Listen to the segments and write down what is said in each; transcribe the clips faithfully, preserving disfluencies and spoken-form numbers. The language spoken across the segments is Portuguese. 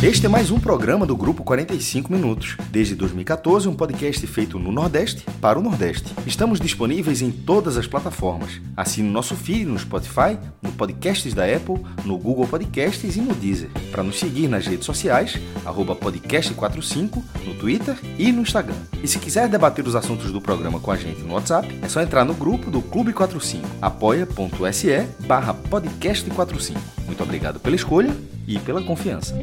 Este é mais um programa do Grupo quarenta e cinco Minutos. Desde dois mil e catorze, um podcast feito no Nordeste para o Nordeste. Estamos disponíveis em todas as plataformas. Assine o nosso feed no Spotify, no Podcasts da Apple, no Google Podcasts e no Deezer. Para nos seguir nas redes sociais, arroba podcast quarenta e cinco, no Twitter e no Instagram. E se quiser debater os assuntos do programa com a gente no WhatsApp, é só entrar no grupo do Clube quarenta e cinco, apoia.se barra podcast quarenta e cinco. Muito obrigado pela escolha e pela confiança.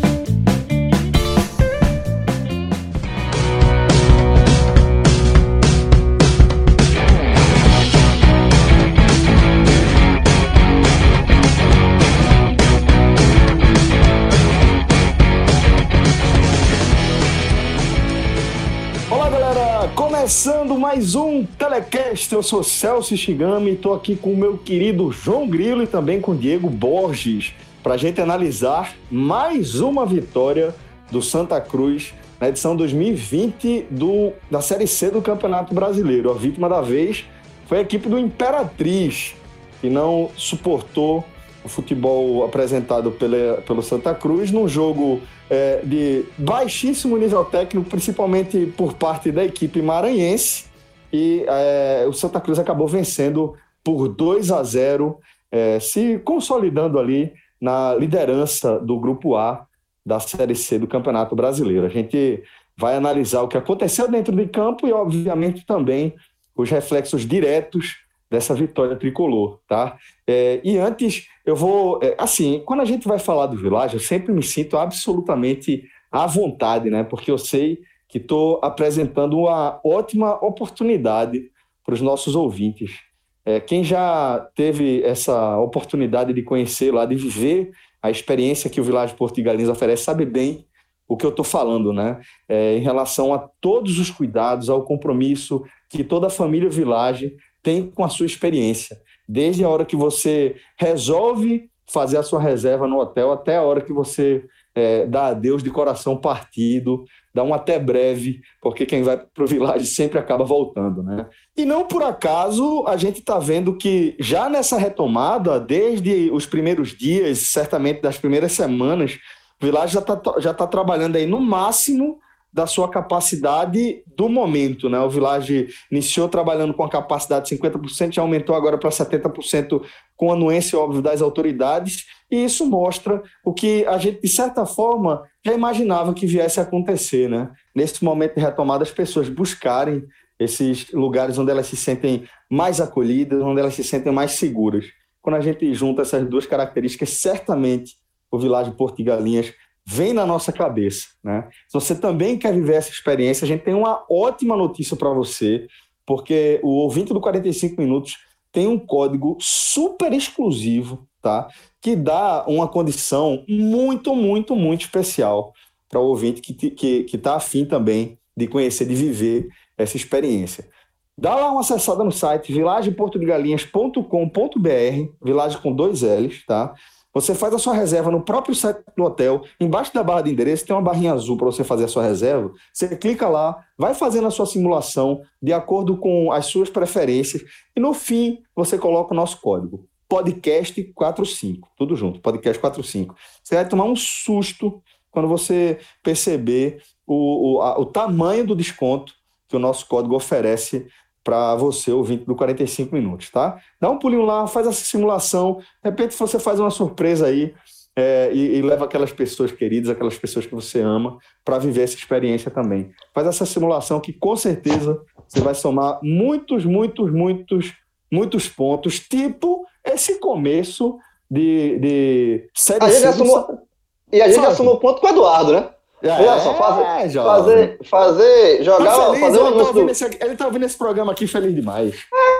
Começando mais um Telecast, eu sou Celso Shigami e estou aqui com o meu querido João Grilo e também com o Diego Borges para a gente analisar mais uma vitória do Santa Cruz na edição dois mil e vinte do, da Série C do Campeonato Brasileiro. A vítima da vez foi a equipe do Imperatriz, que não suportou o futebol apresentado pela, pelo Santa Cruz num jogo é, de baixíssimo nível técnico, principalmente por parte da equipe maranhense, e é, o Santa Cruz acabou vencendo por dois a zero, é, se consolidando ali na liderança do Grupo A da Série C do Campeonato Brasileiro. A gente vai analisar o que aconteceu dentro de campo e, obviamente, também os reflexos diretos dessa vitória tricolor, tá? É, e antes, eu vou... É, assim, quando a gente vai falar do Village, eu sempre me sinto absolutamente à vontade, né? Porque eu sei que estou apresentando uma ótima oportunidade para os nossos ouvintes. É, quem já teve essa oportunidade de conhecer lá, de viver a experiência que o Village Porto de Galinhas oferece, sabe bem o que eu estou falando, né? É, em relação a todos os cuidados, ao compromisso que toda a família Village tem com a sua experiência, desde a hora que você resolve fazer a sua reserva no hotel até a hora que você é, dá adeus de coração partido, dá um até breve, porque quem vai para o Village sempre acaba voltando, né? E não por acaso a gente está vendo que já nessa retomada, desde os primeiros dias, certamente das primeiras semanas, o Village já está já tá trabalhando aí no máximo da sua capacidade do momento, né? O Village iniciou trabalhando com a capacidade de cinquenta por cento, já aumentou agora para setenta por cento com a anuência, óbvio, das autoridades, e isso mostra o que a gente, de certa forma, já imaginava que viesse a acontecer, né? Nesse momento de retomada, as pessoas buscarem esses lugares onde elas se sentem mais acolhidas, onde elas se sentem mais seguras. Quando a gente junta essas duas características, certamente o Village Porto de Galinhas vem na nossa cabeça, né? Se você também quer viver essa experiência, a gente tem uma ótima notícia para você, porque o ouvinte do quarenta e cinco Minutos tem um código super exclusivo, tá? Que dá uma condição muito, muito, muito especial para o ouvinte que está que, que tá afim também de conhecer, de viver essa experiência. Dá lá uma acessada no site village porto de galinhas ponto com ponto b r, Village com dois L's, tá? Você faz a sua reserva no próprio site do hotel, embaixo da barra de endereço tem uma barrinha azul para você fazer a sua reserva, você clica lá, vai fazendo a sua simulação de acordo com as suas preferências e no fim você coloca o nosso código, podcast quarenta e cinco, tudo junto, podcast quarenta e cinco. Você vai tomar um susto quando você perceber o, o, a, o tamanho do desconto que o nosso código oferece para você, ouvinte do quarenta e cinco Minutos, tá? Dá um pulinho lá, faz essa simulação, de repente você faz uma surpresa aí é, e, e leva aquelas pessoas queridas, aquelas pessoas que você ama, para viver essa experiência também. Faz essa simulação que com certeza você vai somar muitos, muitos, muitos, muitos pontos, tipo esse começo de, de série a gente C. Assumou, e a gente já somou ponto com o Eduardo, né? É, Olha só, fazer, fazer, fazer, jogar, tá feliz, fazer um ele, anúncio tá do... esse, ele tá ouvindo esse programa aqui feliz demais.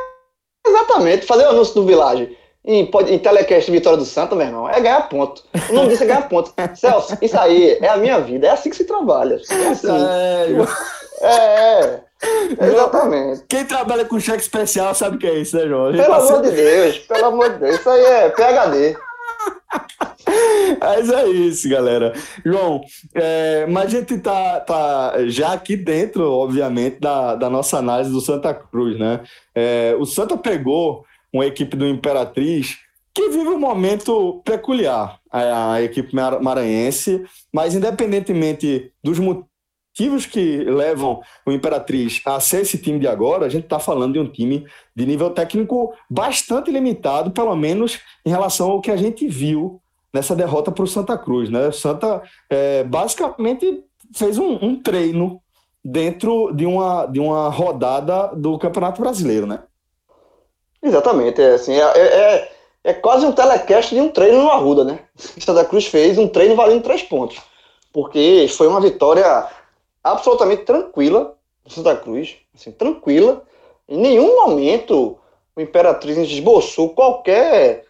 É, exatamente, fazer o anúncio do Village em, em Telecast Vitória do Santa, meu irmão, é ganhar ponto. O nome disso é ganhar ponto. Celso, isso aí é a minha vida, é assim que se trabalha. É assim. É, é, é exatamente. Quem trabalha com cheque especial sabe o que é isso, né, João? Pelo amor sempre... de Deus, pelo amor de Deus, isso aí é P H D. Mas é isso, galera. João, é, mas a gente tá, tá já aqui dentro, obviamente, da, da nossa análise do Santa Cruz, né? É, o Santa pegou uma equipe do Imperatriz que vive um momento peculiar. a, a equipe mar- maranhense, mas independentemente dos motivos que levam o Imperatriz a ser esse time de agora, a gente está falando de um time de nível técnico bastante limitado, pelo menos em relação ao que a gente viu nessa derrota para o Santa Cruz, né? O Santa é, basicamente fez um, um treino dentro de uma, de uma rodada do Campeonato Brasileiro, né? Exatamente, é assim, é, é, é quase um telecast de um treino no Arruda, né? Santa Cruz fez um treino valendo três pontos, porque foi uma vitória absolutamente tranquila do Santa Cruz, assim, tranquila. Em nenhum momento o Imperatriz esboçou qualquer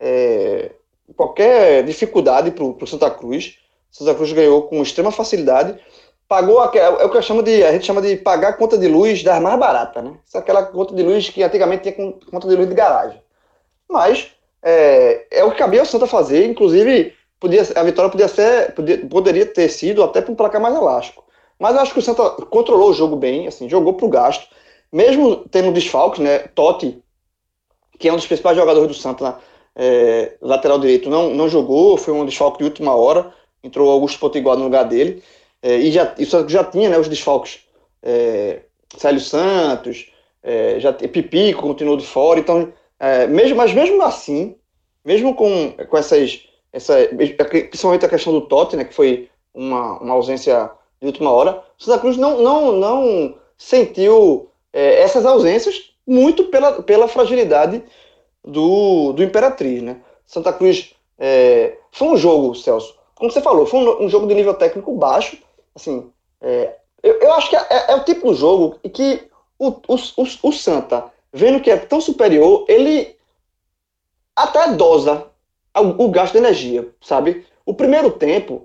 é, qualquer dificuldade para o Santa Cruz. O Santa Cruz ganhou com extrema facilidade. Pagou, é o que eu chamo de, a gente chama de pagar a conta de luz das mais baratas, né? Isso é aquela conta de luz que antigamente tinha conta de luz de garagem. Mas é, é o que cabia ao Santa fazer, inclusive podia, a vitória podia ser, podia, poderia ter sido até para um placar mais elástico. Mas eu acho que o Santa controlou o jogo bem, assim, jogou pro gasto, mesmo tendo desfalques, né? Totti, que é um dos principais jogadores do Santa, é, lateral direito, não, não jogou, foi um desfalque de última hora, entrou o Augusto Potiguar no lugar dele. É, e já, isso já tinha, né, os desfalques. É, Célio Santos, é, já, Pipico continuou de fora. Então, é, mesmo, mas mesmo assim, mesmo com, com essas, essa, principalmente a questão do Totti, né, que foi uma, uma ausência de última hora, o Santa Cruz não, não, não sentiu é, essas ausências muito pela, pela fragilidade do, do Imperatriz, né? Santa Cruz é, foi um jogo, Celso, como você falou, foi um, um jogo de nível técnico baixo. Assim, é, eu, eu acho que é, é o tipo do jogo que o, o, o, o Santa, vendo que é tão superior, ele até dosa o, o gasto de energia, sabe? O primeiro tempo,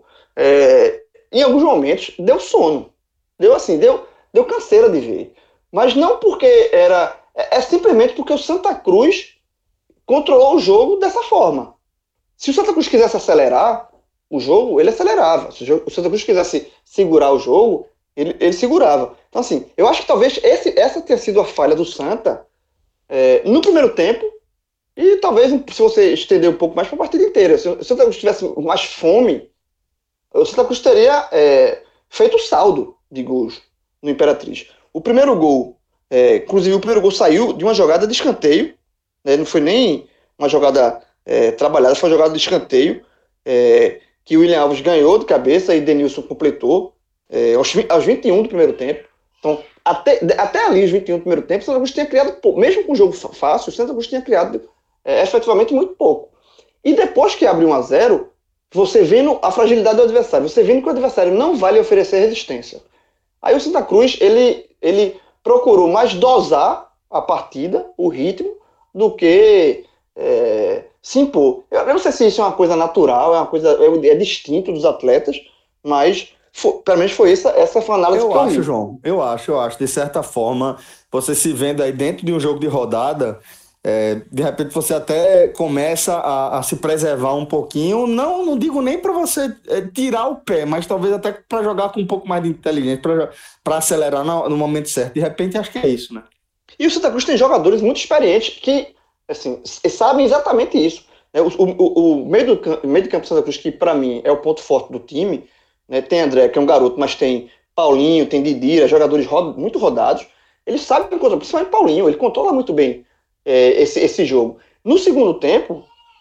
é, em alguns momentos, deu sono. Deu assim, deu, deu canseira de ver. Mas não porque era... É, é simplesmente porque o Santa Cruz controlou o jogo dessa forma. Se o Santa Cruz quisesse acelerar o jogo, ele acelerava. Se o Santa Cruz quisesse segurar o jogo, ele, ele segurava. Então, assim, eu acho que talvez esse, essa tenha sido a falha do Santa é, no primeiro tempo e talvez, se você estender um pouco mais, para a partida inteira. Se o Santa Cruz tivesse mais fome, o Santa Cruz teria é, feito saldo de gols no Imperatriz. O primeiro gol, é, inclusive o primeiro gol saiu de uma jogada de escanteio, né, não foi nem uma jogada é, trabalhada, foi uma jogada de escanteio, é, que o William Alves ganhou de cabeça e Denilson completou é, aos, aos vinte e um do primeiro tempo. Então, até, até ali, os vinte e um do primeiro tempo, o Santa Cruz tinha criado, mesmo com um jogo fácil, o Santa Cruz tinha criado é, efetivamente muito pouco. E depois que abre um a zero, você vendo a fragilidade do adversário, você vendo que o adversário não vai lhe oferecer resistência. Aí o Santa Cruz, ele, ele procurou mais dosar a partida, o ritmo, do que... É, se impor. Eu, eu não sei se isso é uma coisa natural, é uma coisa é, é distinto dos atletas, mas foi, pelo menos foi essa, essa foi a análise eu que eu acho, vi. João, eu acho, eu acho, de certa forma, você se vendo aí dentro de um jogo de rodada, é, de repente você até começa a, a se preservar um pouquinho, não, não digo nem para você é, tirar o pé, mas talvez até para jogar com um pouco mais de inteligência, para acelerar no, no momento certo. De repente acho que é isso, né? E o Santa Cruz tem jogadores muito experientes que assim, sabem exatamente isso. O, o, o meio, do, meio de campo do Santa Cruz, que para mim é o ponto forte do time, né? Tem André, que é um garoto, mas tem Paulinho, tem Didira, jogadores rod, muito rodados. Eles sabem controlar, principalmente Paulinho, ele controla muito bem é, esse, esse jogo. No segundo tempo,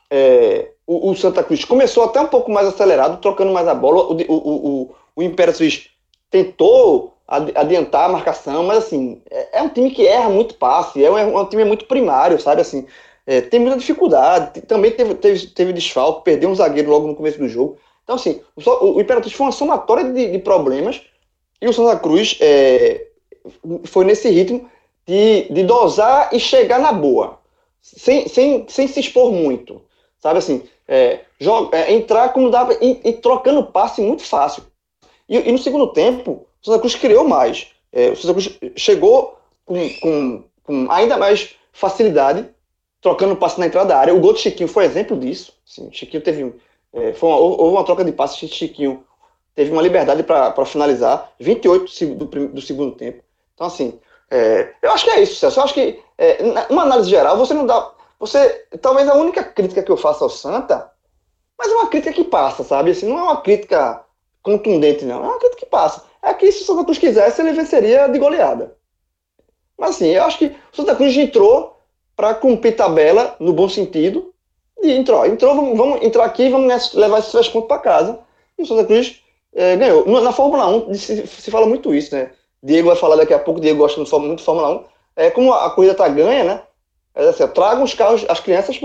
é, o, o Santa Cruz começou até um pouco mais acelerado, trocando mais a bola. O, o, o, o Imperatriz tentou adiantar a marcação, mas assim, é, é um time que erra muito passe, é um, é um time muito primário, sabe, assim, é, tem muita dificuldade, também teve, teve, teve desfalque, perdeu um zagueiro logo no começo do jogo, então assim, o, o Imperatriz foi uma somatória de, de problemas, e o Santa Cruz é, foi nesse ritmo de, de dosar e chegar na boa, sem, sem, sem se expor muito, sabe, assim, é, joga, é, entrar como dava, e, e trocando passe muito fácil, e, e no segundo tempo, o Santa Cruz criou mais. É, o Santa Cruz chegou com, com, com ainda mais facilidade, trocando passe na entrada da área. O gol de Chiquinho foi exemplo disso. Assim, Chiquinho teve, é, foi uma, houve uma troca de passes. Chiquinho teve uma liberdade para finalizar. vinte e oito do, do segundo tempo. Então, assim, é, eu acho que é isso, Celso. Eu acho que, é, uma análise geral, você não dá... Você, talvez a única crítica que eu faço ao Santa Mas é uma crítica que passa, sabe? Assim, não é uma crítica contundente, não. É uma crítica que passa. É que se o Santa Cruz quisesse, ele venceria de goleada. Mas assim, eu acho que o Santa Cruz entrou para cumprir tabela, no bom sentido, e entrou. Entrou, vamos, vamos entrar aqui e vamos levar esses três pontos para casa. E o Santa Cruz é, ganhou. Na Fórmula um se, se fala muito isso, né? Diego vai falar daqui a pouco, Diego gosta muito de Fórmula um. É, como a, a corrida tá ganha, né? É assim, tragam os carros, as crianças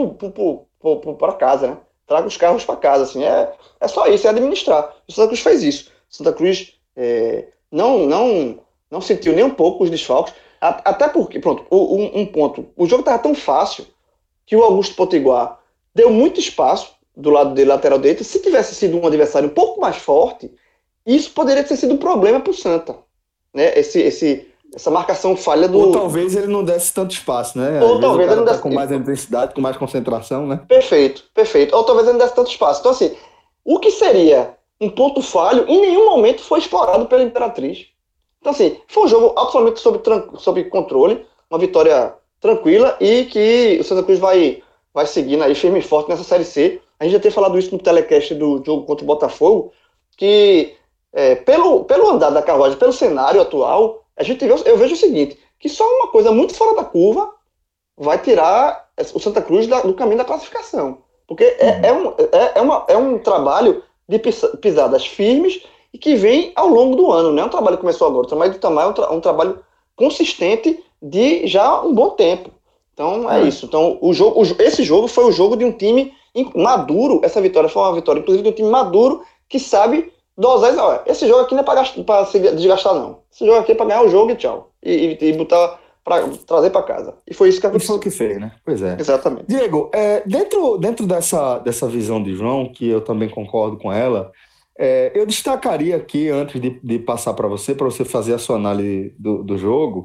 para casa, né? Traga os carros para casa, assim, é, é só isso, é administrar. O Santa Cruz fez isso. O Santa Cruz é, não, não, não sentiu nem um pouco os desfalques, até porque, pronto, um, um ponto, o jogo estava tão fácil que o Augusto Potiguar deu muito espaço do lado de lateral direito. Se tivesse sido um adversário um pouco mais forte, isso poderia ter sido um problema para o Santa, né? Esse, esse, essa marcação falha do... Ou talvez ele não desse tanto espaço, né? Ou Às talvez ele não desse... Tá com mais intensidade, com mais concentração, né? Perfeito, perfeito. Ou talvez ele não desse tanto espaço. Então, assim, o que seria um ponto falho, em nenhum momento foi explorado pela Imperatriz. Então, assim, foi um jogo absolutamente sob, sob controle, uma vitória tranquila e que o Santa Cruz vai, vai seguindo aí firme e forte nessa Série C. A gente já tem falado isso no telecast do jogo contra o Botafogo, que é, pelo, pelo andar da carruagem, pelo cenário atual, a gente vê, eu vejo o seguinte, que só uma coisa muito fora da curva vai tirar o Santa Cruz da, do caminho da classificação. Porque é, uhum. é, um, é, é, uma, é um trabalho de pisadas firmes e que vem ao longo do ano. Não é um trabalho que começou agora. O trabalho do Itamar é um, tra- um trabalho consistente de já um bom tempo. Então é, é. isso. Então, o jogo, o, esse jogo foi o jogo de um time maduro. Essa vitória foi uma vitória, inclusive, de um time maduro que sabe dosar. Olha, esse jogo aqui não é para se desgastar, não. Esse jogo aqui é para ganhar o jogo e tchau. E, e, e botar... para trazer para casa. E foi isso que aconteceu. E foi o que fez, né? Pois é. Exatamente. Diego, é, dentro, dentro dessa, dessa visão de João, que eu também concordo com ela, é, eu destacaria aqui, antes de, de passar para você, para você fazer a sua análise do, do jogo,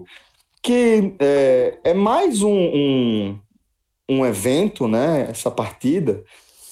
que é, é mais um, um, um evento, né? Essa partida,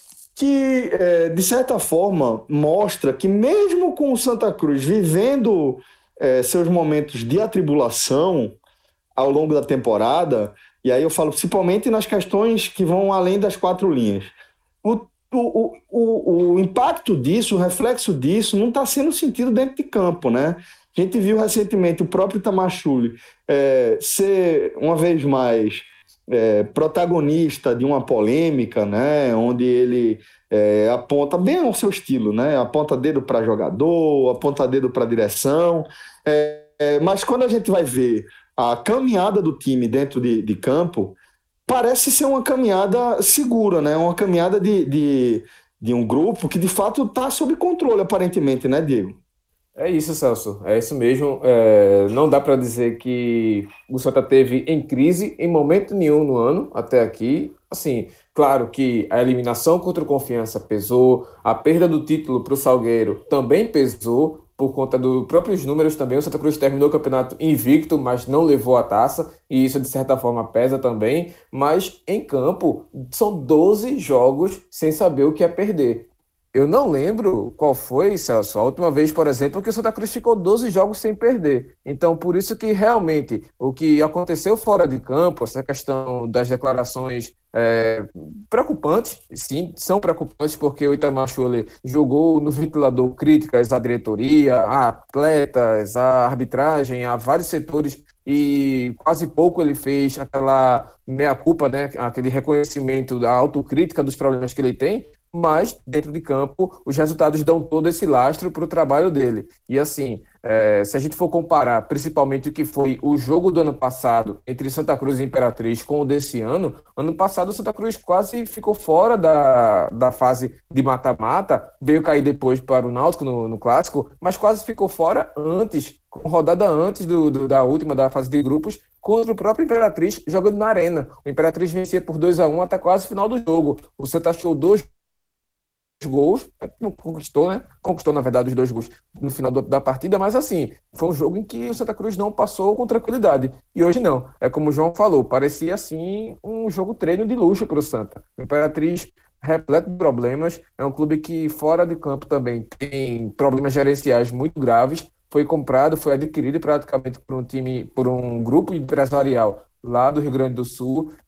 que, é, de certa forma, mostra que mesmo com o Santa Cruz vivendo é, seus momentos de atribulação ao longo da temporada, e aí eu falo principalmente nas questões que vão além das quatro linhas. O, o, o, o impacto disso, o reflexo disso, não está sendo sentido dentro de campo, né? A gente viu recentemente o próprio Tamachule é, ser, uma vez mais, é, protagonista de uma polêmica, né? Onde ele é, aponta bem ao seu estilo, né? Aponta dedo para jogador, aponta dedo para direção, é, é, mas quando a gente vai ver a caminhada do time dentro de, de campo, parece ser uma caminhada segura, né? Uma caminhada de, de, de um grupo que, de fato, está sob controle, aparentemente, né, Diego? É isso, Celso. É isso mesmo. É, não dá para dizer que o Santa teve em crise em momento nenhum no ano, até aqui. Assim, claro que a eliminação contra o Confiança pesou, a perda do título para o Salgueiro também pesou, por conta dos próprios números também. O Santa Cruz terminou o campeonato invicto, mas não levou a taça, e isso de certa forma pesa também. Mas em campo, são doze jogos sem saber o que é perder. Eu não lembro qual foi, Celso, a última vez, por exemplo, que o Santa Cruz ficou doze jogos sem perder. Então, por isso que realmente o que aconteceu fora de campo, essa questão das declarações é, preocupantes, sim, são preocupantes, porque o Itamar Schule jogou no ventilador críticas à diretoria, a atletas, à arbitragem, a vários setores, e quase pouco ele fez aquela meia-culpa, né, aquele reconhecimento da autocrítica dos problemas que ele tem. Mas, dentro de campo, os resultados dão todo esse lastro para o trabalho dele. E, assim, é, se a gente for comparar, principalmente o que foi o jogo do ano passado entre Santa Cruz e Imperatriz com o desse ano, ano passado o Santa Cruz quase ficou fora da, da fase de mata-mata, veio cair depois para o Náutico no, no Clássico, mas quase ficou fora antes, rodada antes do, do, da última, da fase de grupos, contra o próprio Imperatriz, jogando na Arena. O Imperatriz vencia por dois a um até quase o final do jogo. O Santa achou dois gols, conquistou, né? Conquistou, na verdade, os dois gols no final do, da partida, mas assim, foi um jogo em que o Santa Cruz não passou com tranquilidade. E hoje não. É como o João falou, parecia assim um jogo treino de luxo para o Santa. O Imperatriz repleto de problemas, é um clube que fora de campo também tem problemas gerenciais muito graves, foi comprado, foi adquirido praticamente por um time, por um grupo empresarial lá do Rio Grande do Sul,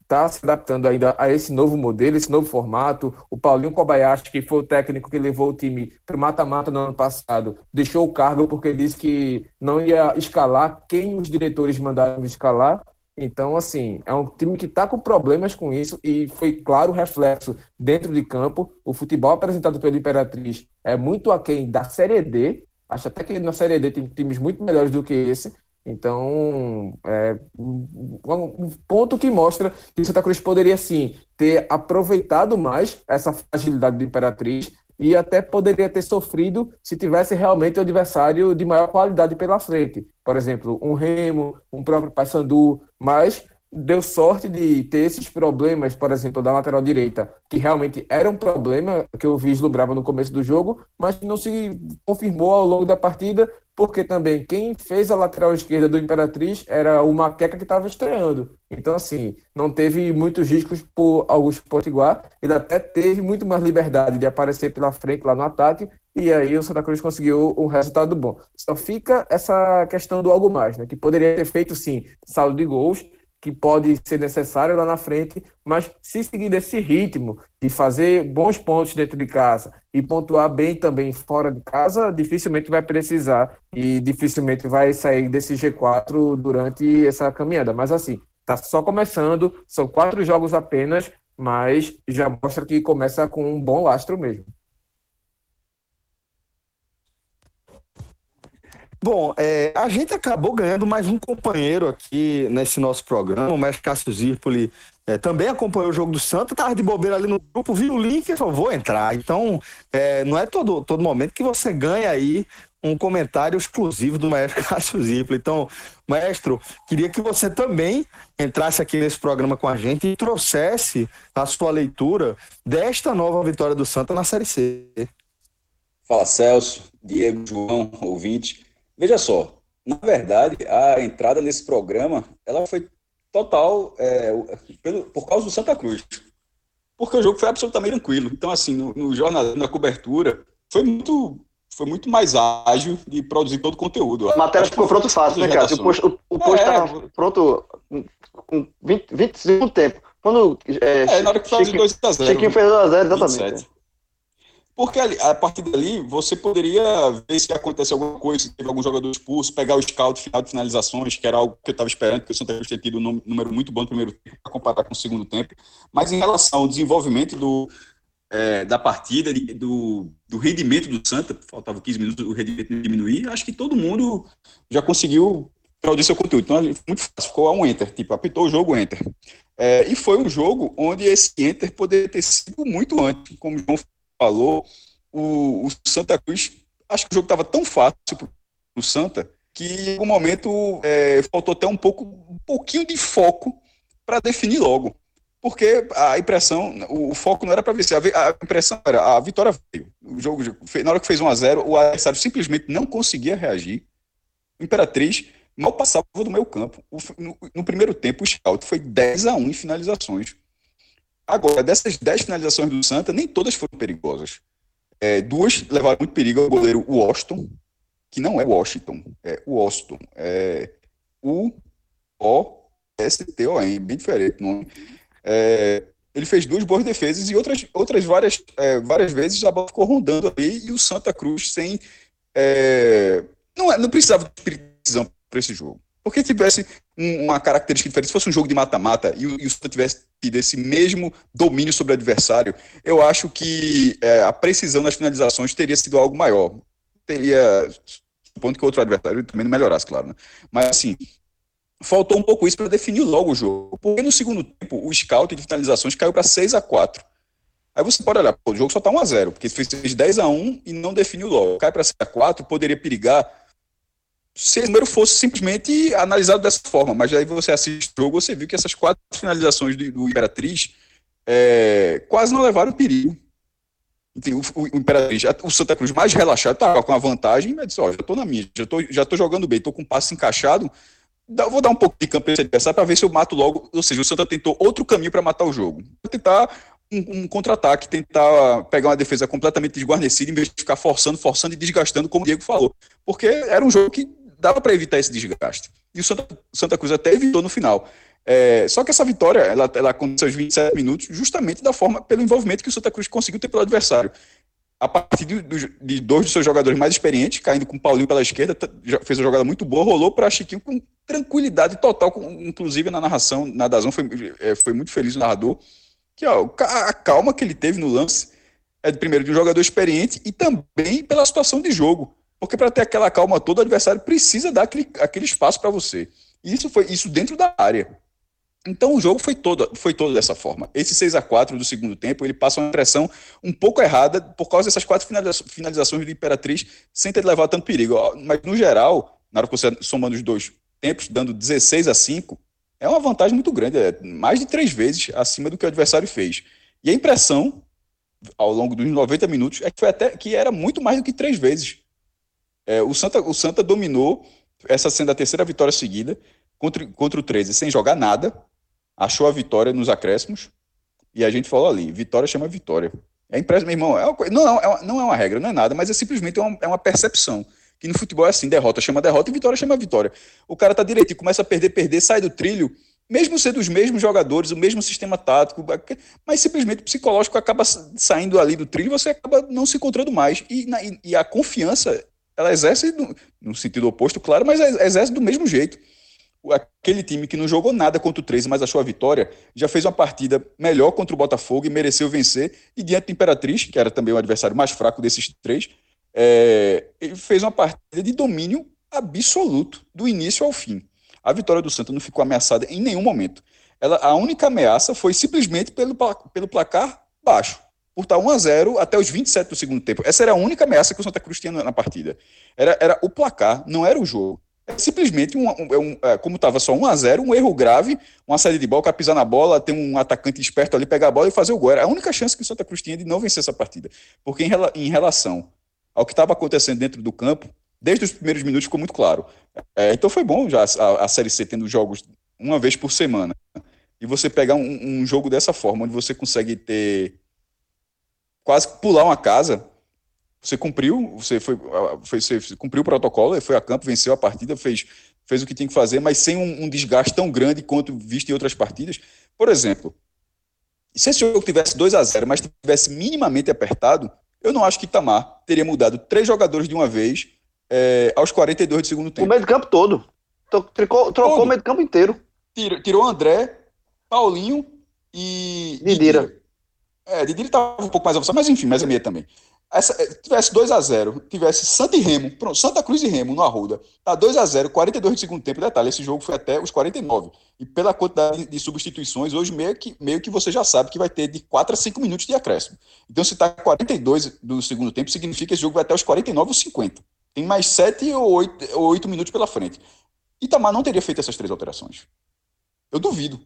está se adaptando ainda a esse novo modelo, esse novo formato. O Paulinho Kobayashi, que foi o técnico que levou o time para o mata-mata no ano passado, deixou o cargo porque disse que não ia escalar quem os diretores mandaram escalar. Então, assim, é um time que está com problemas com isso e foi claro o reflexo dentro de campo. O futebol apresentado pela Imperatriz é muito aquém da Série D. Acho até que na Série D tem times muito melhores do que esse. Então, é um, um ponto que mostra que o Santa Cruz poderia, sim, ter aproveitado mais essa fragilidade do Imperatriz e até poderia ter sofrido se tivesse realmente o adversário de maior qualidade pela frente. Por exemplo, um Remo, um próprio Paysandu, mas deu sorte de ter esses problemas, por exemplo, da lateral direita, que realmente era um problema que eu vislumbrava no começo do jogo, mas que não se confirmou ao longo da partida, porque também quem fez a lateral esquerda do Imperatriz era o Maqueca que estava estreando. Então, assim, não teve muitos riscos por Augusto Potiguar, ele até teve muito mais liberdade de aparecer pela frente lá no ataque, e aí o Santa Cruz conseguiu um resultado bom. Só fica essa questão do algo mais, né? Que poderia ter feito, sim, saldo de gols, que pode ser necessário lá na frente, mas se seguir desse ritmo de fazer bons pontos dentro de casa e pontuar bem também fora de casa, dificilmente vai precisar e dificilmente vai sair desse G quatro durante essa caminhada. Mas assim, tá só começando, são quatro jogos apenas, mas já mostra que começa com um bom lastro mesmo. Bom, é, a gente acabou ganhando mais um companheiro aqui nesse nosso programa, o mestre Cássio Zirpoli é, também acompanhou o jogo do Santa, estava de bobeira ali no grupo, viu o link e falou, vou entrar. Então, é, não é todo, todo momento que você ganha aí um comentário exclusivo do maestro Cássio Zirpoli. Então, maestro, queria que você também entrasse aqui nesse programa com a gente e trouxesse a sua leitura desta nova vitória do Santa na Série C. Fala, Celso, Diego, João, ouvinte. Veja só, na verdade, a entrada nesse programa, ela foi total é, pelo, por causa do Santa Cruz. Porque o jogo foi absolutamente tranquilo. Então, assim, no, no jornalismo, na cobertura, foi muito, foi muito mais ágil de produzir todo o conteúdo. A matéria ficou pronto fácil, né, cara? O post, o post é, tava pronto com vinte, vinte segundos tempo. Quando, é, é, na hora que faz dois a zero. Chiquinho fez dois a zero, exatamente. Porque ali, a partir dali, você poderia ver se aconteceu alguma coisa, se teve algum jogador expulso, pegar o scout final de finalizações, que era algo que eu estava esperando, porque o Santa Cruz tinha tido um número muito bom no primeiro tempo, para comparar com o segundo tempo. Mas em relação ao desenvolvimento do, é, da partida, de, do, do rendimento do Santa, faltava quinze minutos, o rendimento diminuir, acho que todo mundo já conseguiu produzir seu conteúdo. Então, foi muito fácil, ficou a um enter, tipo, apitou o jogo, enter. É, e foi um jogo onde esse enter poderia ter sido muito antes, como o João falou, o, o Santa Cruz, acho que o jogo estava tão fácil para o Santa, que em algum momento é, faltou até um pouco, um pouquinho de foco para definir logo, porque a impressão, o, o foco não era para vencer, a, a impressão era, a vitória veio, o jogo, na hora que fez um a zero, o adversário simplesmente não conseguia reagir, o Imperatriz mal passava do meio campo, o, no, no primeiro tempo o scout foi dez a um em finalizações. Agora, dessas dez finalizações do Santa, nem todas foram perigosas. É, duas levaram muito perigo ao goleiro Washington, que não é Washington, é Washington. É U O S T O N, bem diferente o nome. É, ele fez duas boas defesas e outras, outras várias, é, várias vezes a bola ficou rondando ali e o Santa Cruz sem... É, não, não precisava de precisão para esse jogo. Porque tivesse um, uma característica diferente, se fosse um jogo de mata-mata e o, e o Santa tivesse tido esse mesmo domínio sobre o adversário, eu acho que é, a precisão nas finalizações teria sido algo maior. Teria, supondo que o outro adversário também não melhorasse, claro, né? Mas assim, faltou um pouco isso para definir logo o jogo. Porque no segundo tempo, o scout de finalizações caiu para seis a quatro. Aí você pode olhar, pô, o jogo só está um a zero, porque fez dez a um e não definiu logo. Cai para seis a quatro, poderia perigar se o número fosse simplesmente analisado dessa forma, mas aí você assiste o jogo, você viu que essas quatro finalizações do, do Imperatriz é, quase não levaram perigo. O, o, o Imperatriz, o Santa Cruz mais relaxado, estava com a vantagem, mas disse, ó, já estou na minha, já estou já tô jogando bem, estou com o passe encaixado, dá, vou dar um pouco de campo para esse adversário para ver se eu mato logo, ou seja, o Santa tentou outro caminho para matar o jogo. Vou tentar um, um contra-ataque, tentar pegar uma defesa completamente desguarnecida, em vez de ficar forçando, forçando e desgastando, como o Diego falou. Porque era um jogo que dava para evitar esse desgaste. E o Santa, Santa Cruz até evitou no final. É, só que essa vitória, ela, ela aconteceu aos vinte e sete minutos, justamente da forma, pelo envolvimento que o Santa Cruz conseguiu ter pelo adversário. A partir de, de dois dos seus jogadores mais experientes, caindo com o Paulinho pela esquerda, fez uma jogada muito boa, rolou para Chiquinho com tranquilidade total, com, inclusive na narração, na Dazon, foi, foi muito feliz o narrador, que ó, a calma que ele teve no lance é, primeiro, de um jogador experiente e também pela situação de jogo, porque para ter aquela calma toda, o adversário precisa dar aquele, aquele espaço para você. E isso foi isso dentro da área. Então o jogo foi todo, foi todo dessa forma. Esse seis a quatro do segundo tempo, ele passa uma impressão um pouco errada por causa dessas quatro finalizações do Imperatriz, sem ter levado tanto perigo. Mas no geral, na hora que você somando os dois tempos, dando dezesseis a cinco, é uma vantagem muito grande, é mais de três vezes acima do que o adversário fez. E a impressão, ao longo dos noventa minutos, é que, foi até, que era muito mais do que três vezes. É, o, Santa, o Santa dominou, essa sendo a terceira vitória seguida, contra, contra o treze, sem jogar nada, achou a vitória nos acréscimos, e a gente falou ali, vitória chama vitória. É impresso, meu irmão, é uma, não, é uma, não é uma regra, não é nada, mas é simplesmente uma, é uma percepção, que no futebol é assim, derrota chama derrota e vitória chama vitória. O cara tá direitinho, começa a perder, perder, sai do trilho, mesmo sendo os mesmos jogadores, o mesmo sistema tático, mas simplesmente o psicológico acaba saindo ali do trilho e você acaba não se encontrando mais. E, na, e a confiança, ela exerce no, no sentido oposto, claro, mas exerce do mesmo jeito. Aquele time que não jogou nada contra o treze, mas achou a vitória, já fez uma partida melhor contra o Botafogo e mereceu vencer, e diante do Imperatriz, que era também o adversário mais fraco desses três, é, ele fez uma partida de domínio absoluto, do início ao fim. A vitória do Santa não ficou ameaçada em nenhum momento. Ela, a única ameaça foi simplesmente pelo, pelo placar baixo, por estar um a zero até os vinte e sete do segundo tempo. Essa era a única ameaça que o Santa Cruz tinha na, na partida. Era, era o placar, não era o jogo. É simplesmente, um, um, um, como estava só um a zero, um erro grave, uma saída de bola, o cara pisar na bola, ter um atacante esperto ali, pegar a bola e fazer o gol. Era a única chance que o Santa Cruz tinha de não vencer essa partida. Porque em, rela, em relação ao que estava acontecendo dentro do campo, desde os primeiros minutos ficou muito claro. É, então foi bom já a, a Série C tendo jogos uma vez por semana. E você pegar um, um jogo dessa forma, onde você consegue ter quase pular uma casa. Você cumpriu, você, foi, foi, você cumpriu o protocolo, foi a campo, venceu a partida, fez, fez o que tinha que fazer, mas sem um, um desgaste tão grande quanto visto em outras partidas. Por exemplo, se esse jogo tivesse dois a zero, mas tivesse minimamente apertado, eu não acho que Itamar teria mudado três jogadores de uma vez é, aos quarenta e dois do segundo tempo. O meio de campo todo. Trocou, trocou o meio de campo inteiro. Tirou, tirou André, Paulinho e... Didira. É, Didira estava um pouco mais avançado, mas enfim, mais a meia também. Essa, tivesse dois a zero, tivesse Santa e Remo, pronto, Santa Cruz e Remo no Arruda, tá dois a zero, quarenta e dois de segundo tempo, detalhe, esse jogo foi até os quarenta e nove, e pela quantidade de substituições, hoje meio que, meio que você já sabe que vai ter de quatro a cinco minutos de acréscimo. Então se tá quarenta e dois do segundo tempo, significa que esse jogo vai até os quarenta e nove ou cinquenta, tem mais sete ou oito minutos pela frente. Itamar não teria feito essas três alterações, eu duvido.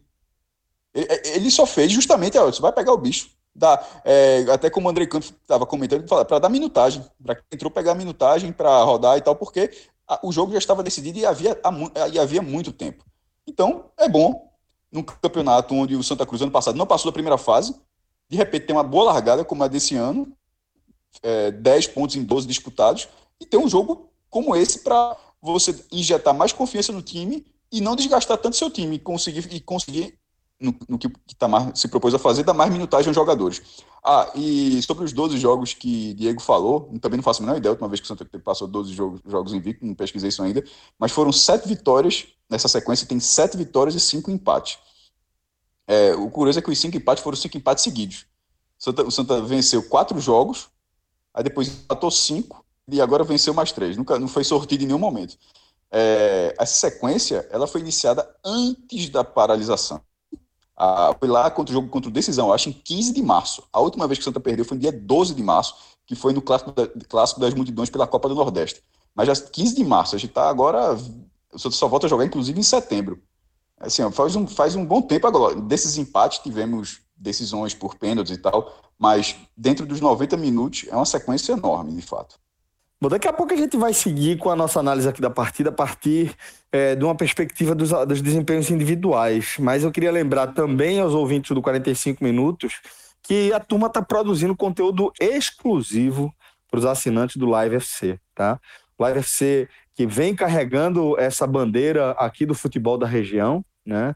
Ele só fez justamente, ó, você vai pegar o bicho. Dá, é, até como o André Campos estava comentando, para dar minutagem, para quem entrou pegar minutagem para rodar e tal, porque a, o jogo já estava decidido e havia, a, e havia muito tempo. Então, é bom, num campeonato onde o Santa Cruz ano passado não passou da primeira fase, de repente tem uma boa largada como a desse ano, é, dez pontos em doze disputados, e ter um jogo como esse para você injetar mais confiança no time e não desgastar tanto seu time, conseguir, e conseguir No, no que o Itamar se propôs a fazer, dar mais minutagem aos jogadores. Ah, e sobre os doze jogos que Diego falou, também não faço a menor ideia, a última vez que o Santa Cruz passou doze jogos, jogos invicto, não pesquisei isso ainda, mas foram sete vitórias nessa sequência, tem sete vitórias e cinco empates. É, o curioso é que os cinco empates foram cinco empates seguidos. O Santa, o Santa venceu quatro jogos, aí depois empatou cinco, e agora venceu mais três. Nunca, não foi sortido em nenhum momento. É, essa sequência, ela foi iniciada antes da paralisação. Ah, foi lá contra o jogo contra o Decisão, acho, em quinze de março. A última vez que o Santa perdeu foi no dia doze de março, que foi no Clássico, da, clássico das Multidões pela Copa do Nordeste. Mas já quinze de março, a gente está agora... O Santa só volta a jogar, inclusive, em setembro. Assim, ó, faz, um, faz um bom tempo agora. Desses empates, tivemos decisões por pênaltis e tal, mas dentro dos noventa minutos é uma sequência enorme, de fato. Bom, daqui a pouco a gente vai seguir com a nossa análise aqui da partida a partir é, de uma perspectiva dos, dos desempenhos individuais. Mas eu queria lembrar também aos ouvintes do quarenta e cinco minutos que a turma está produzindo conteúdo exclusivo para os assinantes do Live F C, tá? O Live F C que vem carregando essa bandeira aqui do futebol da região, né?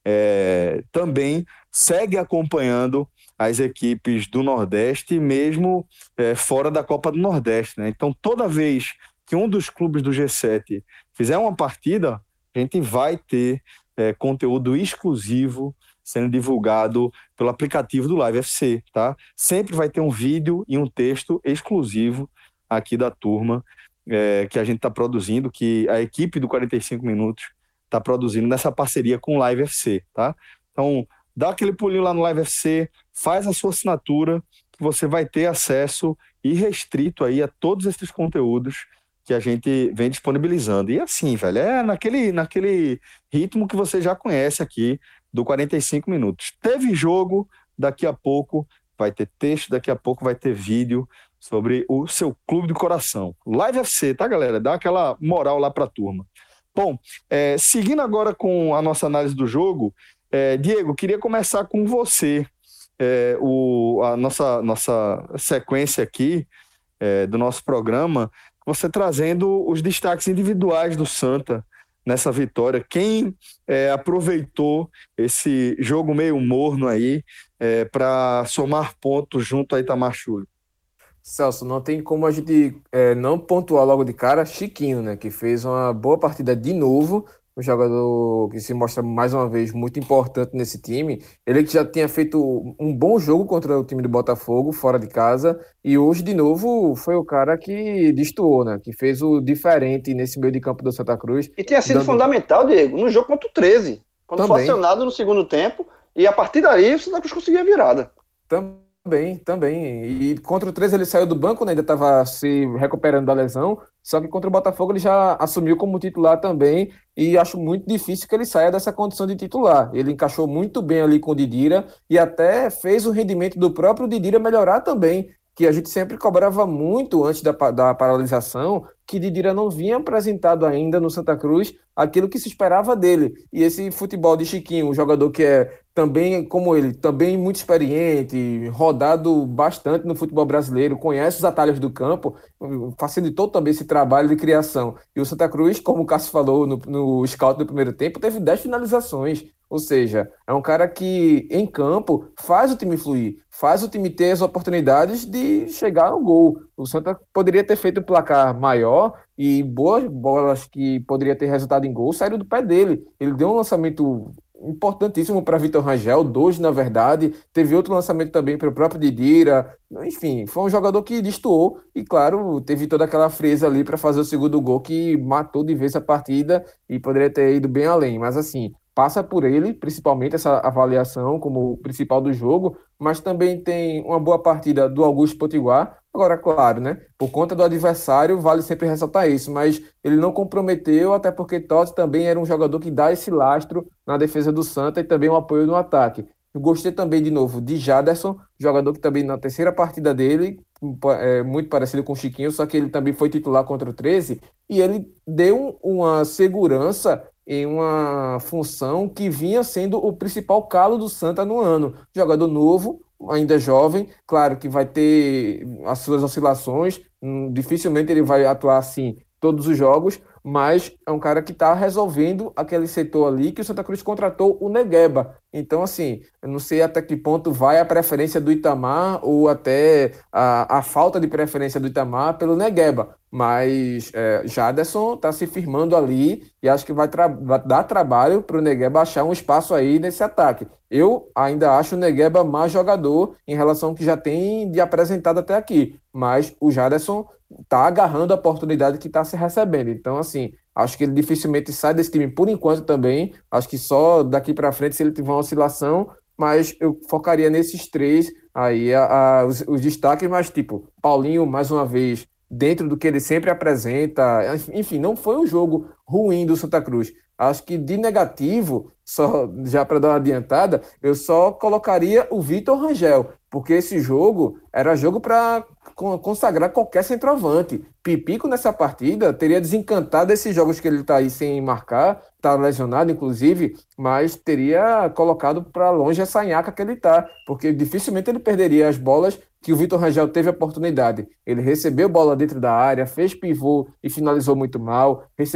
é, também segue acompanhando as equipes do Nordeste, mesmo é, fora da Copa do Nordeste, né? Então, toda vez que um dos clubes do G sete fizer uma partida, a gente vai ter é, conteúdo exclusivo sendo divulgado pelo aplicativo do Live F C, tá? Sempre vai ter um vídeo e um texto exclusivo aqui da turma é, que a gente está produzindo, que a equipe do quarenta e cinco Minutos está produzindo nessa parceria com o Live F C, tá? Então, dá aquele pulinho lá no Live F C, faz a sua assinatura, que você vai ter acesso irrestrito aí a todos esses conteúdos que a gente vem disponibilizando. E assim, velho, é naquele, naquele ritmo que você já conhece aqui do quarenta e cinco Minutos. Teve jogo, daqui a pouco vai ter texto, daqui a pouco vai ter vídeo sobre o seu clube do coração. Live F C, tá, galera? Dá aquela moral lá pra turma. Bom, é, seguindo agora com a nossa análise do jogo, é, Diego, queria começar com você. É, o, a nossa, nossa sequência aqui é, do nosso programa, você trazendo os destaques individuais do Santa nessa vitória. Quem é, aproveitou esse jogo meio morno aí é, para somar pontos junto a Itamar Schulli? Celso, não tem como a gente é, não pontuar logo de cara Chiquinho, né? Que fez uma boa partida de novo, um jogador que se mostra mais uma vez muito importante nesse time. Ele que já tinha feito um bom jogo contra o time do Botafogo, fora de casa, e hoje, de novo, foi o cara que destoou, né? Que fez o diferente nesse meio de campo do Santa Cruz. E tinha sido dando... fundamental, Diego, no jogo contra o treze, quando Também. foi acionado no segundo tempo, e a partir daí o Santa Cruz conseguia a virada. Também. Também, também. E contra o treze ele saiu do banco, né? Ainda estava se recuperando da lesão, só que contra o Botafogo ele já assumiu como titular também, e acho muito difícil que ele saia dessa condição de titular. Ele encaixou muito bem ali com o Didira e até fez o rendimento do próprio Didira melhorar também, que a gente sempre cobrava muito antes da, da paralisação, que Didira não vinha apresentado ainda no Santa Cruz aquilo que se esperava dele. E esse futebol de Chiquinho, um jogador que é também, como ele, também muito experiente, rodado bastante no futebol brasileiro, conhece os atalhos do campo, facilitou também esse trabalho de criação. E o Santa Cruz, como o Cássio falou no, no scout do primeiro tempo, teve dez finalizações. Ou seja, é um cara que, em campo, faz o time fluir, faz o time ter as oportunidades de chegar ao gol. O Santa poderia ter feito um placar maior e boas bolas que poderia ter resultado em gol saíram do pé dele. Ele deu um lançamento importantíssimo para Vitor Rangel, dois na verdade, teve outro lançamento também para o próprio Didira, enfim, foi um jogador que destoou e claro, teve toda aquela frieza ali para fazer o segundo gol que matou de vez a partida e poderia ter ido bem além, mas assim, passa por ele, principalmente essa avaliação como o principal do jogo, mas também tem uma boa partida do Augusto Potiguar. Agora, claro, né? Por conta do adversário, vale sempre ressaltar isso, mas ele não comprometeu, até porque Totti também era um jogador que dá esse lastro na defesa do Santa e também um apoio no ataque. Eu gostei também, de novo, de Jaderson, jogador que também na terceira partida dele, é muito parecido com o Chiquinho, só que ele também foi titular contra o treze, e ele deu uma segurança em uma função que vinha sendo o principal calo do Santa no ano. Jogador novo, ainda jovem, claro que vai ter as suas oscilações, dificilmente ele vai atuar assim todos os jogos, mas é um cara que está resolvendo aquele setor ali que o Santa Cruz contratou o Negueba. Então, assim, eu não sei até que ponto vai a preferência do Itamar ou até a, a falta de preferência do Itamar pelo Negueba, mas é, Jaderson está se firmando ali e acho que vai, tra- vai dar trabalho para o Negueba achar um espaço aí nesse ataque. Eu ainda acho o Negueba mais jogador em relação ao que já tem de apresentado até aqui, mas o Jaderson está agarrando a oportunidade que está se recebendo. Então, assim, acho que ele dificilmente sai desse time por enquanto também. Acho que só daqui para frente, se ele tiver uma oscilação, mas eu focaria nesses três aí, a, a, os, os destaques, mas tipo, Paulinho, mais uma vez, dentro do que ele sempre apresenta. Enfim, não foi um jogo ruim do Santa Cruz. Acho que de negativo, só já para dar uma adiantada, eu só colocaria o Vitor Rangel, porque esse jogo era jogo para consagrar qualquer centroavante. Pipico nessa partida teria desencantado esses jogos que ele está aí sem marcar, está lesionado inclusive, mas teria colocado para longe essa nhaca que ele está, porque dificilmente ele perderia as bolas que o Vitor Rangel teve a oportunidade. Ele recebeu bola dentro da área, fez pivô e finalizou muito mal, recebeu lançamento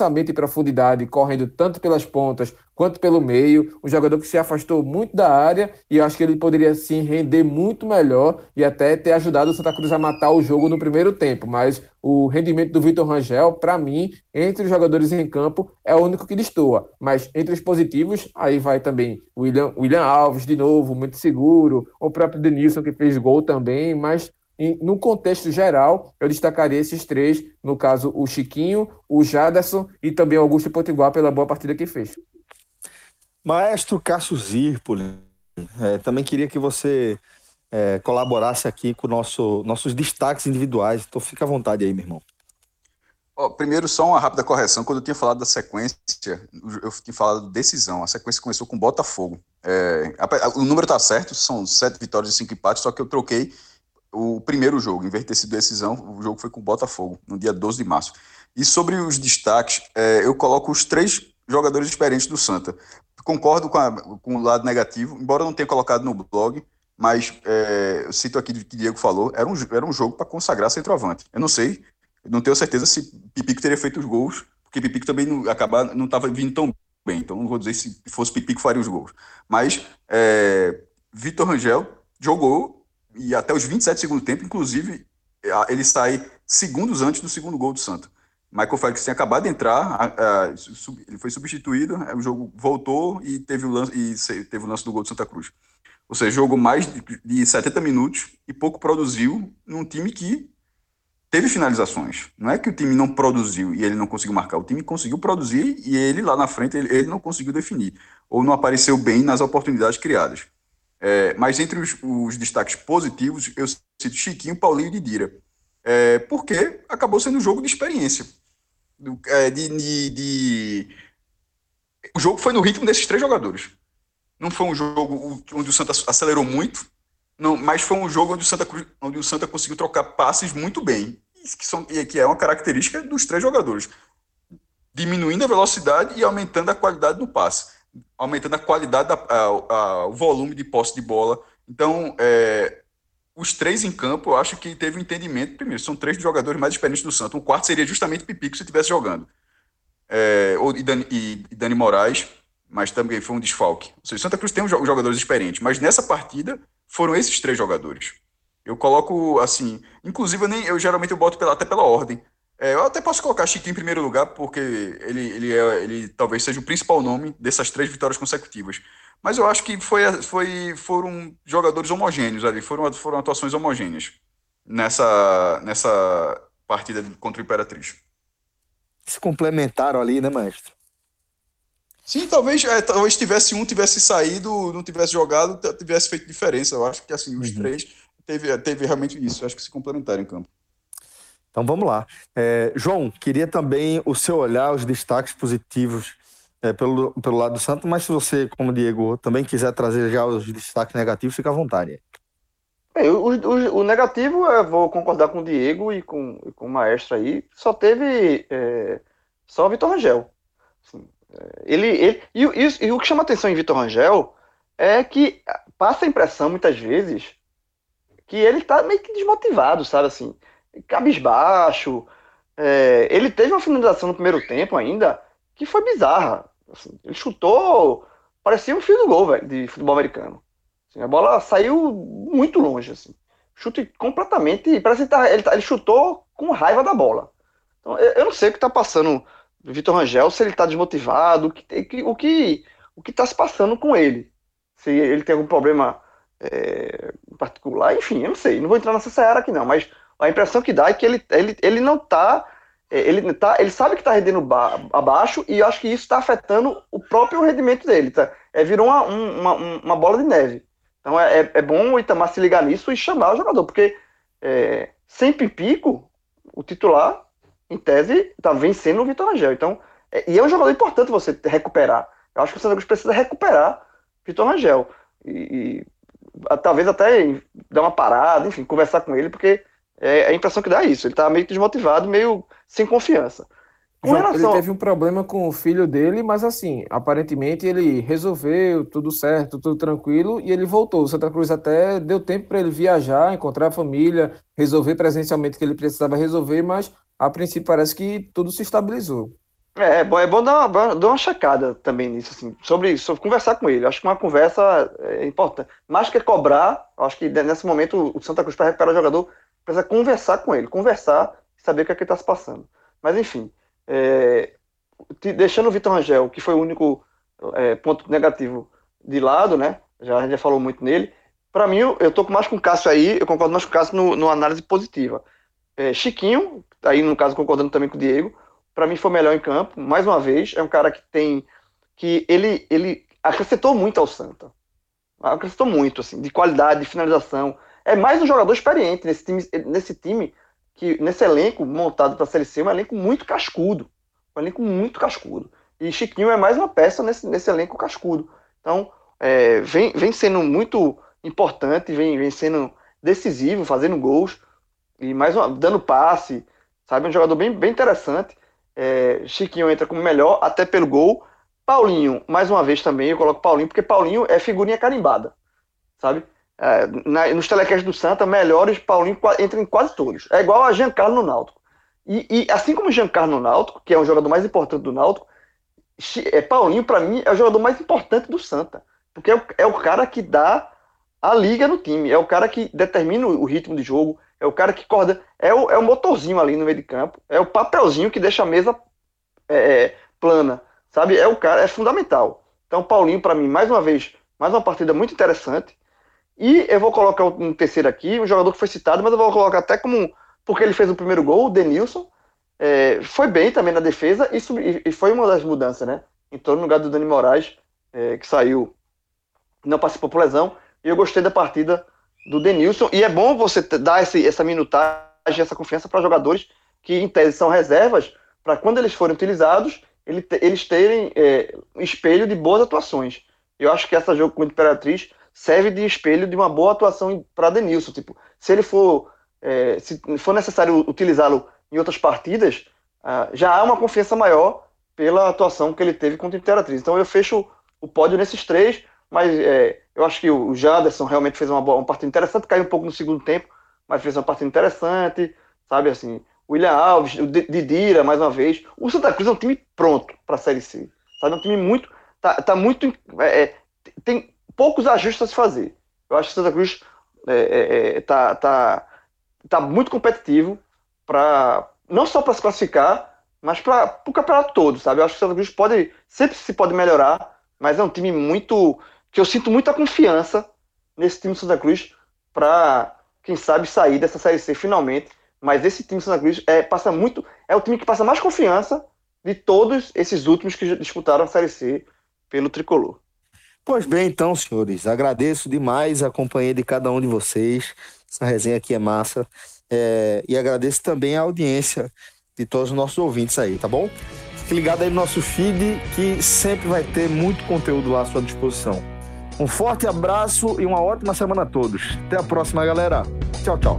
lançamento em profundidade, correndo tanto pelas pontas quanto pelo meio, um jogador que se afastou muito da área e eu acho que ele poderia sim render muito melhor e até ter ajudado o Santa Cruz a matar o jogo no primeiro tempo, mas o rendimento do Vitor Rangel, para mim, entre os jogadores em campo, é o único que destoa, mas entre os positivos, aí vai também o William, William Alves de novo, muito seguro, o próprio Denilson que fez gol também, mas no contexto geral, eu destacaria esses três, no caso o Chiquinho, o Jaderson e também o Augusto Potiguar pela boa partida que fez. Maestro Cássio Zirpoli, é, também queria que você é, colaborasse aqui com nosso, nossos destaques individuais, então fica à vontade aí, meu irmão. Oh, primeiro, só uma rápida correção, quando eu tinha falado da sequência, eu tinha falado decisão, a sequência começou com Botafogo. É, o número está certo, são sete vitórias e cinco empates, só que eu troquei o primeiro jogo, em vez de ter sido decisão, o jogo foi com o Botafogo, no dia doze de março. E sobre os destaques, é, eu coloco os três jogadores experientes do Santa. Concordo com, a, com o lado negativo, embora não tenha colocado no blog, mas é, eu cito aqui o que o Diego falou, era um, era um jogo para consagrar centroavante. Eu não sei, não tenho certeza se Pipico teria feito os gols, porque Pipico também não acabar, não estava vindo tão bem, então não vou dizer se fosse Pipico faria os gols. Mas é, Vitor Rangel jogou e até os vinte e sete do segundo tempo, inclusive, ele sai segundos antes do segundo gol do Santa. Michael Félix tinha acabado de entrar, a, a, ele foi substituído, o jogo voltou e teve o lance, e teve o lance do gol do Santa Cruz. Ou seja, jogou mais de, de setenta minutos e pouco produziu num time que teve finalizações. Não é que o time não produziu e ele não conseguiu marcar, o time conseguiu produzir e ele lá na frente, ele, ele não conseguiu definir, ou não apareceu bem nas oportunidades criadas. É, mas entre os, os destaques positivos, eu cito Chiquinho, Paulinho e Didira. É, porque acabou sendo um jogo de experiência. É, de, de, de... O jogo foi no ritmo desses três jogadores. Não foi um jogo onde o Santa acelerou muito, não, mas foi um jogo onde o Santa, onde o Santa conseguiu trocar passes muito bem, que, são, que é uma característica dos três jogadores. Diminuindo a velocidade e aumentando a qualidade do passe. Aumentando a qualidade, da, a, a, o volume de posse de bola. Então, é, os três em campo, eu acho que teve um entendimento. Primeiro, são três jogadores mais experientes do Santos. Um quarto seria justamente Pipico se estivesse jogando. É, ou, e, Dani, e, e Dani Moraes, mas também foi um desfalque. Ou seja, Santa Cruz tem um jogadores experientes, mas nessa partida foram esses três jogadores. Eu coloco assim, inclusive eu, nem, eu geralmente eu boto pela, até pela ordem. É, eu até posso colocar Chiquinho em primeiro lugar, porque ele, ele, é, ele talvez seja o principal nome dessas três vitórias consecutivas. Mas eu acho que foi, foi, foram jogadores homogêneos ali, foram, foram atuações homogêneas nessa, nessa partida contra o Imperatriz. Se complementaram ali, né, maestro? Sim, talvez, é, talvez tivesse um, tivesse saído, não tivesse jogado, tivesse feito diferença. Eu acho que assim, os uhum. três teve, teve realmente isso, eu acho que se complementaram em campo. Então vamos lá. É, João, queria também o seu olhar, os destaques positivos é, pelo, pelo lado do Santos, mas se você, como o Diego, também quiser trazer já os destaques negativos, fica à vontade. Bem, o, o, o negativo, eu vou concordar com o Diego e com, e com o maestro aí, só teve é, só o Vitor Rangel. Assim, é, ele, ele, e, e, e o que chama atenção em Vitor Rangel é que passa a impressão, muitas vezes, que ele tá meio que desmotivado, sabe, assim, cabisbaixo. É, ele teve uma finalização no primeiro tempo ainda que foi bizarra. Assim, ele chutou, parecia um fio do gol, velho, de futebol americano. Assim, a bola saiu muito longe, assim. Chute completamente. Parece que tá, ele, ele chutou com raiva da bola. Então, eu, eu não sei o que tá passando o Vitor Rangel, se ele tá desmotivado, o que, o que, o que tá se passando com ele. Se ele tem algum problema é, em particular, enfim, eu não sei. Não vou entrar nessa seara aqui, não, mas a impressão que dá é que ele, ele, ele não tá ele, tá. ele sabe que está rendendo ba- abaixo e eu acho que isso está afetando o próprio rendimento dele. Tá? É, virou uma, uma, uma bola de neve. Então é, é bom o Itamar se ligar nisso e chamar o jogador, porque é, sem Pipico, o titular, em tese, está vencendo o Vitor Rangel. Então, é, e é um jogador importante você recuperar. Eu acho que o Santa Cruz precisa recuperar o Vitor Rangel. E, e talvez até dar uma parada, enfim, conversar com ele, porque é a impressão que dá é isso. Ele tá meio desmotivado, meio sem confiança. Com João, relação... Ele teve um problema com o filho dele, mas assim, aparentemente ele resolveu, tudo certo, tudo tranquilo, e ele voltou. O Santa Cruz até deu tempo para ele viajar, encontrar a família, resolver presencialmente o que ele precisava resolver, mas a princípio parece que tudo se estabilizou. É, é bom, é bom dar uma, dar uma checada também nisso, assim, sobre, sobre conversar com ele. Acho que uma conversa é importante. Mais que cobrar, acho que nesse momento o Santa Cruz, para recuperar o jogador, precisa conversar com ele, conversar e saber o que é que está se passando. Mas, enfim, é, deixando o Vitor Rangel, que foi o único é, ponto negativo de lado, né? Já, a gente já falou muito nele. Para mim, eu, eu tô mais com o Cássio aí, eu concordo mais com o Cássio no, no análise positiva. É, Chiquinho, aí no caso concordando também com o Diego, para mim foi melhor em campo, mais uma vez, é um cara que tem, que ele, ele acrescentou muito ao Santa, acrescentou muito, assim, de qualidade, de finalização, é mais um jogador experiente nesse time, nesse time, que, nesse elenco montado para a Série C, um elenco muito cascudo, um elenco muito cascudo, e Chiquinho é mais uma peça nesse, nesse elenco cascudo, então, é, vem, vem sendo muito importante, vem, vem sendo decisivo, fazendo gols, e mais uma, dando passe, sabe, um jogador bem, bem interessante. É, Chiquinho entra como melhor, até pelo gol. Paulinho, mais uma vez também, eu coloco Paulinho, porque Paulinho é figurinha carimbada, sabe? É, na, nos telecasts do Santa, melhores, Paulinho entra em quase todos. É igual a Giancarlo no Náutico. E, e assim como o Giancarlo no Náutico, que é o jogador mais importante do Náutico, é, Paulinho, para mim, é o jogador mais importante do Santa. Porque é o, é o cara que dá a liga no time, é o cara que determina o, o ritmo de jogo, é o cara que coordena, é o, é o motorzinho ali no meio de campo, é o papelzinho que deixa a mesa é, plana, sabe? É o cara, é fundamental. Então, Paulinho, para mim, mais uma vez, mais uma partida muito interessante. E eu vou colocar um terceiro aqui, um jogador que foi citado, mas eu vou colocar até como, porque ele fez o primeiro gol, o Denilson, é, foi bem também na defesa e, sub, e foi uma das mudanças, né? Entrou no lugar do Dani Moraes, é, que saiu, não participou por lesão, e eu gostei da partida do Denilson, e é bom você dar esse, essa minutagem, essa confiança para jogadores que, em tese, são reservas, para quando eles forem utilizados, ele, eles terem é, um espelho de boas atuações. Eu acho que essa jogo com a Imperatriz serve de espelho de uma boa atuação para Denilson. Tipo, se ele for, é, se for necessário utilizá-lo em outras partidas, ah, já há uma confiança maior pela atuação que ele teve contra a Imperatriz. Então eu fecho o pódio nesses três, mas é, eu acho que o Janderson realmente fez uma, boa, uma partida interessante, caiu um pouco no segundo tempo, mas fez uma partida interessante, sabe, assim, o William Alves, o Didira, mais uma vez. O Santa Cruz é um time pronto para a Série C, sabe, é um time muito, tá, tá muito, é, tem poucos ajustes a se fazer. Eu acho que o Santa Cruz é, é, tá, tá, tá muito competitivo, pra, não só para se classificar, mas para o campeonato todo, sabe, eu acho que o Santa Cruz pode, sempre se pode melhorar, mas é um time muito... que eu sinto muita confiança nesse time do Santa Cruz para, quem sabe, sair dessa Série C finalmente. Mas esse time do Santa Cruz é, passa muito, é o time que passa mais confiança de todos esses últimos que disputaram a Série C pelo Tricolor. Pois bem, então, senhores, agradeço demais a companhia de cada um de vocês. Essa resenha aqui é massa. É, e agradeço também a audiência de todos os nossos ouvintes aí, tá bom? Fique ligado aí no nosso feed, que sempre vai ter muito conteúdo lá à sua disposição. Um forte abraço e uma ótima semana a todos. Até a próxima, galera. Tchau, tchau.